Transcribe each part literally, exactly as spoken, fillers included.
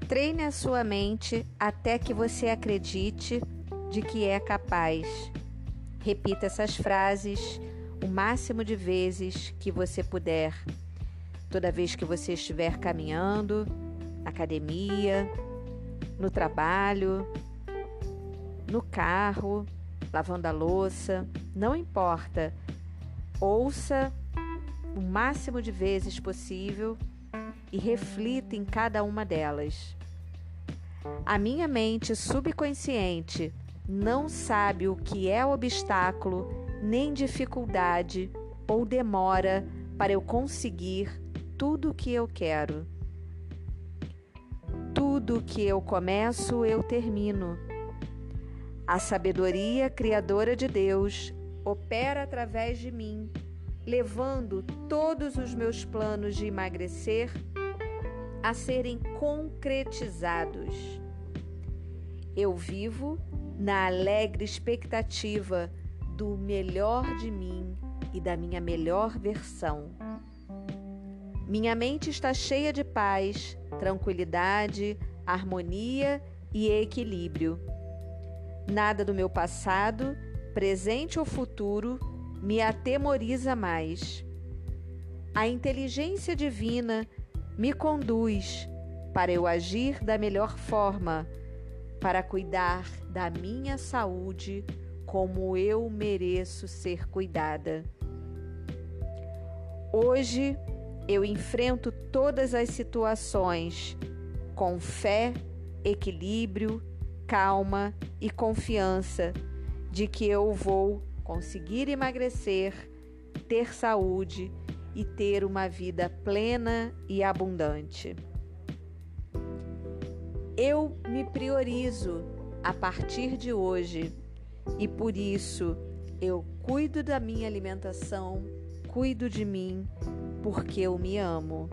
Treine a sua mente até que você acredite de que é capaz. Repita essas frases o máximo de vezes que você puder. Toda vez que você estiver caminhando, na academia, no trabalho, no carro, lavando a louça, não importa. Ouça o máximo de vezes possível e reflita em cada uma delas. A minha mente subconsciente não sabe o que é obstáculo, nem dificuldade ou demora para eu conseguir tudo o que eu quero. Tudo que eu começo, eu termino. A sabedoria criadora de Deus opera através de mim, levando todos os meus planos de emagrecer a serem concretizados. Eu vivo na alegre expectativa do melhor de mim e da minha melhor versão. Minha mente está cheia de paz, tranquilidade, harmonia e equilíbrio. Nada do meu passado, presente ou futuro me atemoriza mais. A inteligência divina me conduz para eu agir da melhor forma, para cuidar da minha saúde como eu mereço ser cuidada. Hoje eu enfrento todas as situações com fé, equilíbrio, calma e confiança de que eu vou conseguir emagrecer, ter saúde e ter uma vida plena e abundante. Eu me priorizo a partir de hoje e por isso eu cuido da minha alimentação, cuido de mim, porque eu me amo.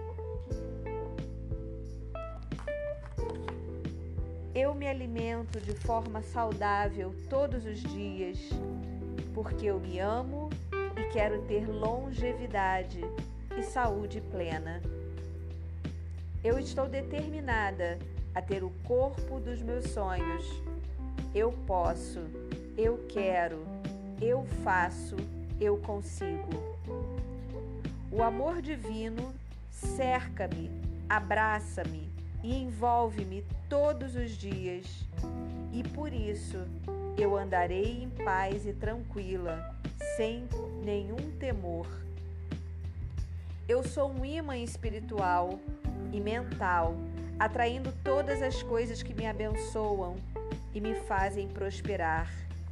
Eu me alimento de forma saudável todos os dias, porque eu me amo e quero ter longevidade e saúde plena. Eu estou determinada a ter o corpo dos meus sonhos. Eu posso, eu quero, eu faço, eu consigo. O amor divino cerca-me, abraça-me e envolve-me todos os dias. E por isso eu andarei em paz e tranquila, sem nenhum temor. Eu sou um imã espiritual e mental, atraindo todas as coisas que me abençoam e me fazem prosperar.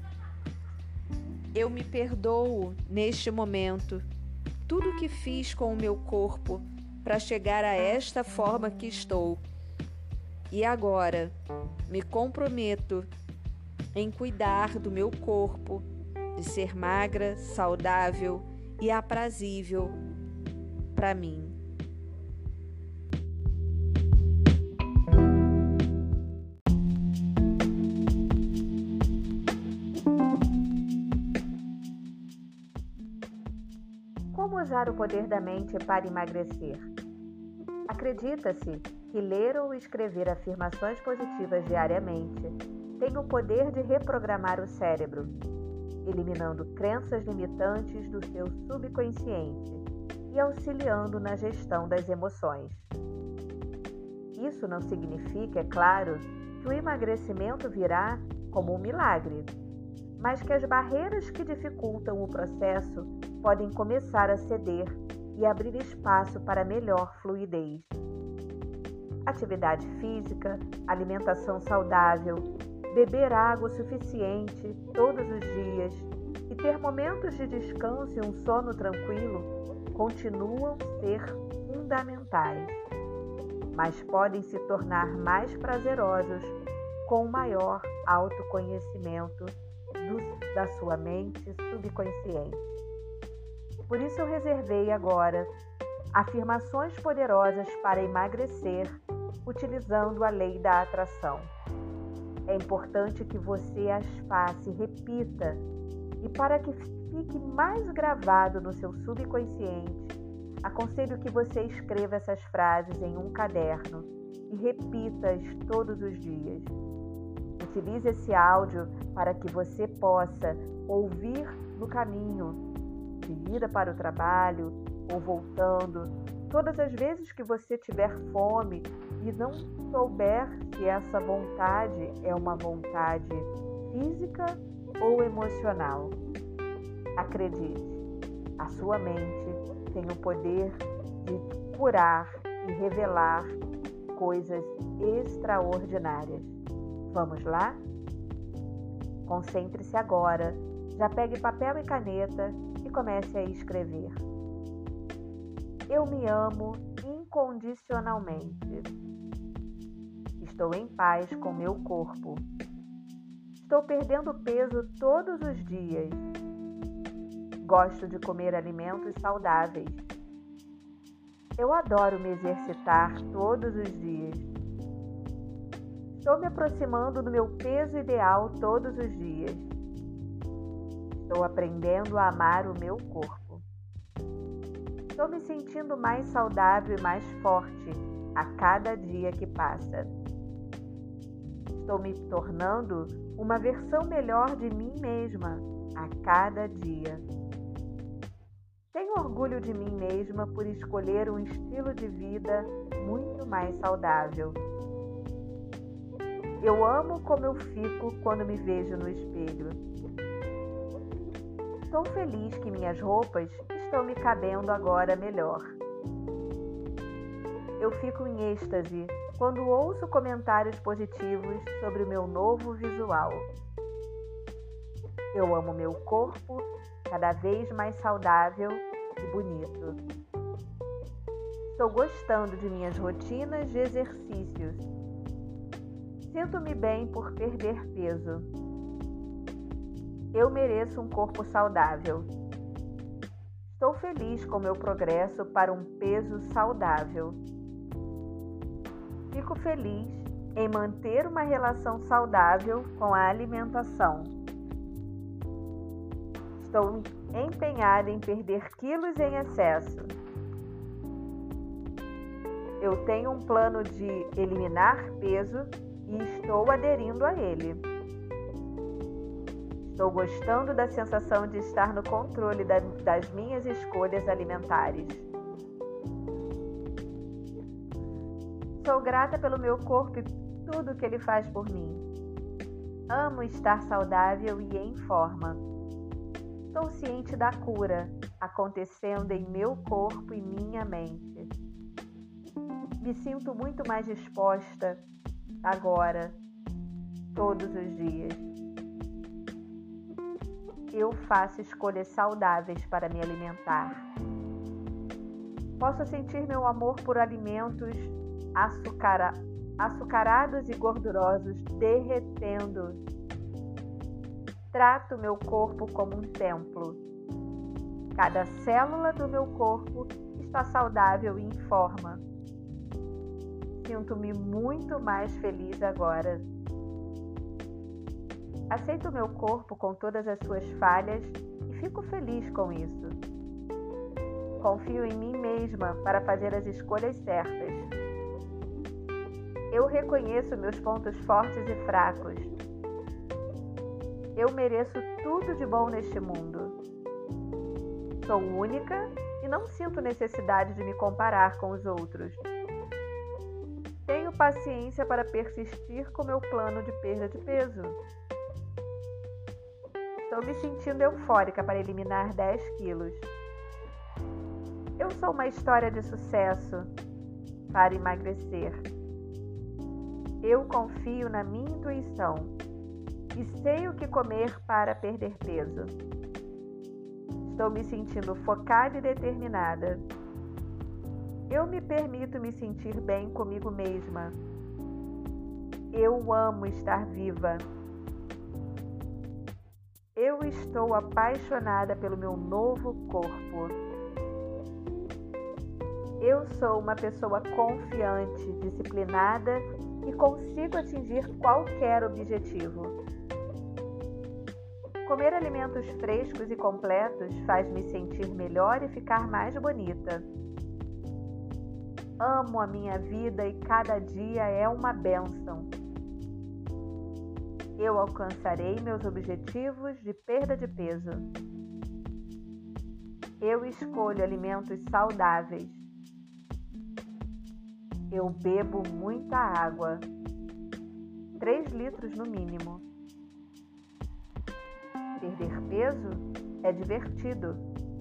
Eu me perdoo neste momento tudo o que fiz com o meu corpo para chegar a esta forma que estou. E agora me comprometo em cuidar do meu corpo, de ser magra, saudável e aprazível para mim. Como usar o poder da mente para emagrecer? Acredita-se que ler ou escrever afirmações positivas diariamente tem o poder de reprogramar o cérebro, eliminando crenças limitantes do seu subconsciente e auxiliando na gestão das emoções. Isso não significa, é claro, que o emagrecimento virá como um milagre, mas que as barreiras que dificultam o processo podem começar a ceder e abrir espaço para melhor fluidez. Atividade física, alimentação saudável, beber água o suficiente todos os dias e ter momentos de descanso e um sono tranquilo continuam a ser fundamentais, mas podem se tornar mais prazerosos com o maior autoconhecimento do, da sua mente subconsciente. Por isso eu reservei agora afirmações poderosas para emagrecer utilizando a lei da atração. É importante que você as faça e repita, e para que fique mais gravado no seu subconsciente, aconselho que você escreva essas frases em um caderno e repita-as todos os dias. Utilize esse áudio para que você possa ouvir no caminho, de ida para o trabalho ou voltando, todas as vezes que você tiver fome e não souber se essa vontade é uma vontade física ou emocional. Acredite, a sua mente tem o poder de curar e revelar coisas extraordinárias. Vamos lá? Concentre-se agora, já pegue papel e caneta e comece a escrever. Eu me amo incondicionalmente. Estou em paz com meu corpo. Estou perdendo peso todos os dias. Gosto de comer alimentos saudáveis. Eu adoro me exercitar todos os dias. Estou me aproximando do meu peso ideal todos os dias. Estou aprendendo a amar o meu corpo. Estou me sentindo mais saudável e mais forte a cada dia que passa. Estou me tornando uma versão melhor de mim mesma a cada dia. Tenho orgulho de mim mesma por escolher um estilo de vida muito mais saudável. Eu amo como eu fico quando me vejo no espelho. Estou feliz que minhas roupas estão me cabendo agora melhor. Eu fico em êxtase quando ouço comentários positivos sobre o meu novo visual. Eu amo meu corpo cada vez mais saudável e bonito. Estou gostando de minhas rotinas de exercícios. Sinto-me bem por perder peso. Eu mereço um corpo saudável. Estou feliz com meu progresso para um peso saudável. Fico feliz em manter uma relação saudável com a alimentação. Estou empenhada em perder quilos em excesso. Eu tenho um plano de eliminar peso e estou aderindo a ele. Estou gostando da sensação de estar no controle da, das minhas escolhas alimentares. Sou grata pelo meu corpo e tudo que ele faz por mim. Amo estar saudável e em forma. Estou ciente da cura acontecendo em meu corpo e minha mente. Me sinto muito mais disposta agora, todos os dias. Eu faço escolhas saudáveis para me alimentar. Posso sentir meu amor por alimentos açucara, açucarados e gordurosos derretendo. Trato meu corpo como um templo. Cada célula do meu corpo está saudável e em forma. Sinto-me muito mais feliz agora. Aceito meu corpo com todas as suas falhas e fico feliz com isso. Confio em mim mesma para fazer as escolhas certas. Eu reconheço meus pontos fortes e fracos. Eu mereço tudo de bom neste mundo. Sou única e não sinto necessidade de me comparar com os outros. Tenho paciência para persistir com meu plano de perda de peso. Estou me sentindo eufórica para eliminar dez quilos. Eu sou uma história de sucesso para emagrecer. Eu confio na minha intuição e sei o que comer para perder peso. Estou me sentindo focada e determinada. Eu me permito me sentir bem comigo mesma. Eu amo estar viva. Eu estou apaixonada pelo meu novo corpo. Eu sou uma pessoa confiante, disciplinada e consigo atingir qualquer objetivo. Comer alimentos frescos e completos faz me sentir melhor e ficar mais bonita. Amo a minha vida e cada dia é uma bênção. Eu alcançarei meus objetivos de perda de peso. Eu escolho alimentos saudáveis. Eu bebo muita água, três litros no mínimo. Perder peso é divertido.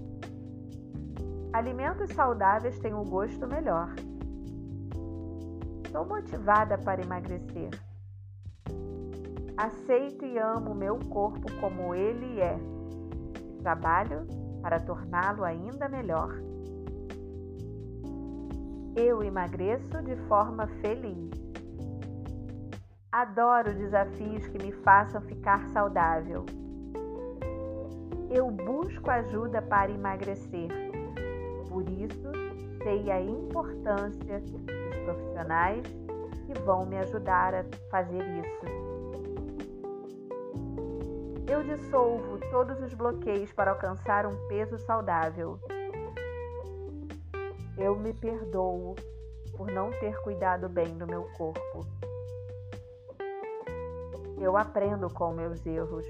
Alimentos saudáveis têm um gosto melhor. Estou motivada para emagrecer. Aceito e amo o meu corpo como ele é e trabalho para torná-lo ainda melhor. Eu emagreço de forma feliz. Adoro desafios que me façam ficar saudável. Eu busco ajuda para emagrecer. Por isso, sei a importância dos profissionais que vão me ajudar a fazer isso. Eu dissolvo todos os bloqueios para alcançar um peso saudável. Eu me perdoo por não ter cuidado bem do meu corpo. Eu aprendo com meus erros.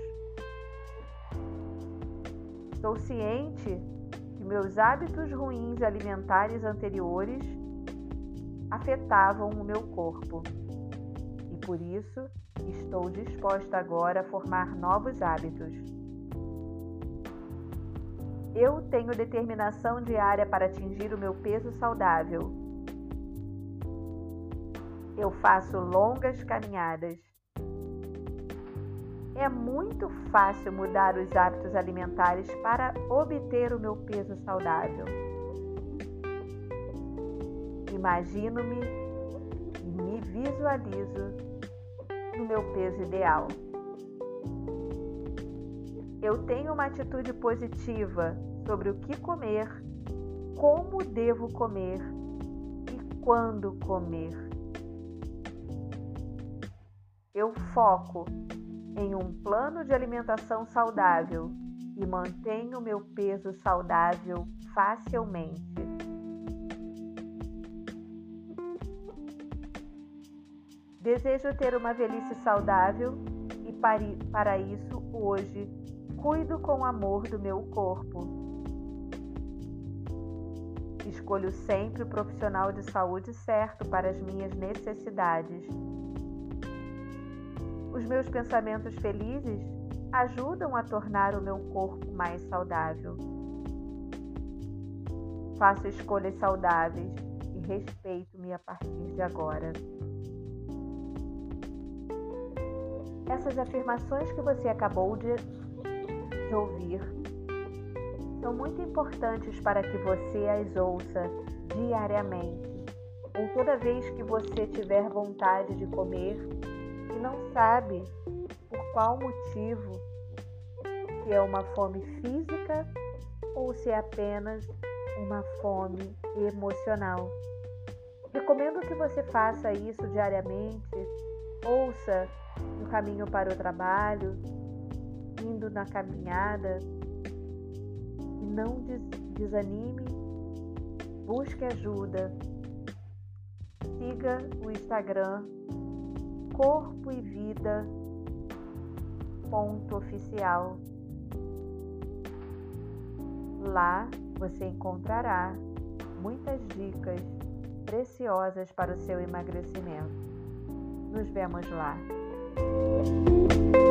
Estou ciente que meus hábitos ruins alimentares anteriores afetavam o meu corpo. E por isso, estou disposta agora a formar novos hábitos. Eu tenho determinação diária para atingir o meu peso saudável. Eu faço longas caminhadas. É muito fácil mudar os hábitos alimentares para obter o meu peso saudável. Imagino-me e me visualizo no meu peso ideal. Eu tenho uma atitude positiva sobre o que comer, como devo comer e quando comer. Eu foco em um plano de alimentação saudável e mantenho meu peso saudável facilmente. Desejo ter uma velhice saudável e para isso hoje cuido com amor do meu corpo. Escolho sempre o profissional de saúde certo para as minhas necessidades. Os meus pensamentos felizes ajudam a tornar o meu corpo mais saudável. Faço escolhas saudáveis e respeito-me a partir de agora. Essas afirmações que você acabou de, de ouvir são muito importantes para que você as ouça diariamente ou toda vez que você tiver vontade de comer e não sabe por qual motivo, se é uma fome física ou se é apenas uma fome emocional. Recomendo que você faça isso diariamente, ouça no caminho para o trabalho, indo na caminhada, e não des- desanime, busque ajuda. Siga o Instagram corpo e vida ponto oficial. Lá você encontrará muitas dicas preciosas para o seu emagrecimento. Nos vemos lá.